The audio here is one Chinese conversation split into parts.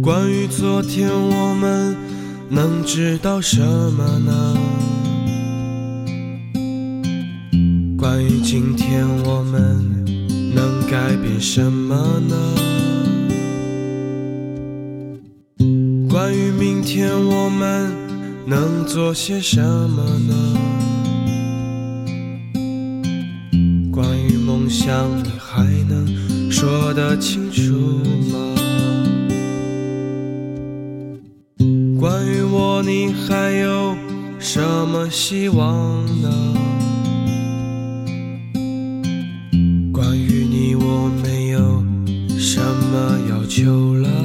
关于昨天我们能知道什么呢？关于今天我们能改变什么呢？关于明天我们能做些什么呢？关于梦想你还能说得清楚吗？关于我你还有什么希望呢？关于你我没有什么要求了。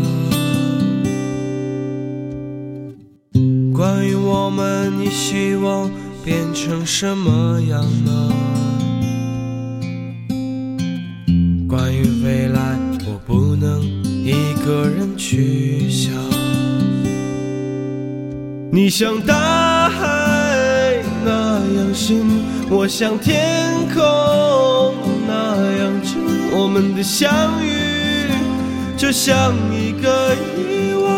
关于我们你希望变成什么样呢？关于未来我不能一个人去想。你像大海那样深，我像天空那样真，我们的相遇就像一个意外。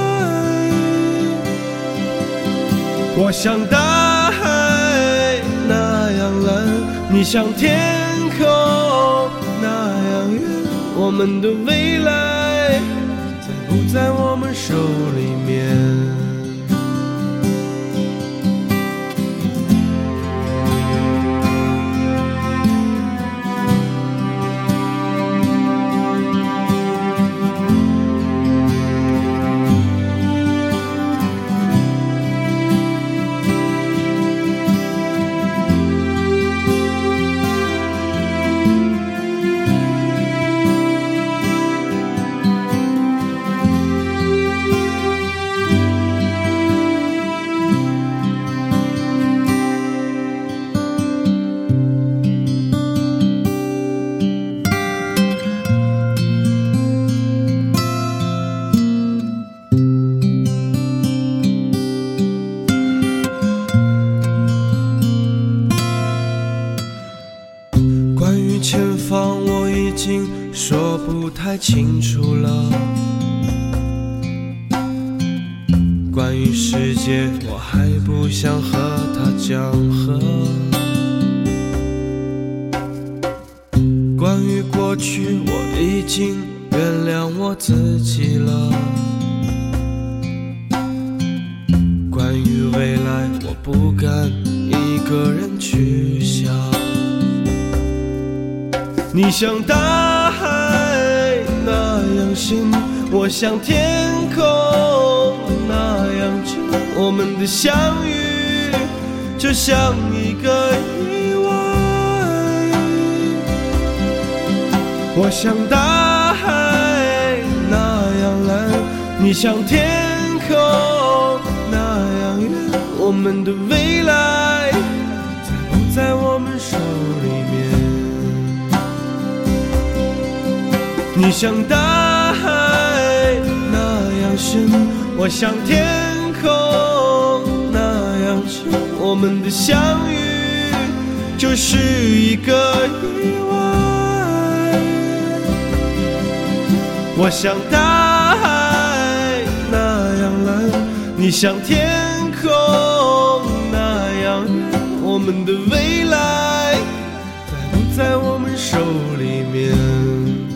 我像大海那样蓝，你像天空那样远，我们的未来在不在我们手里面？前方我已经说不太清楚了，关于世界我还不想和它讲和，关于过去我已经原谅我自己了，关于未来我不敢一个人去想。你像大海那样深，我像天空那样真，我们的相遇就像一个意外。我像大海那样蓝，你像天空那样远，我们的未来在不在我们手里面？你像大海那样深，我像天空那样深，我们的相遇就是一个意外。我像大海那样蓝，你像天空那样远，我们的未来在不在我们手里面？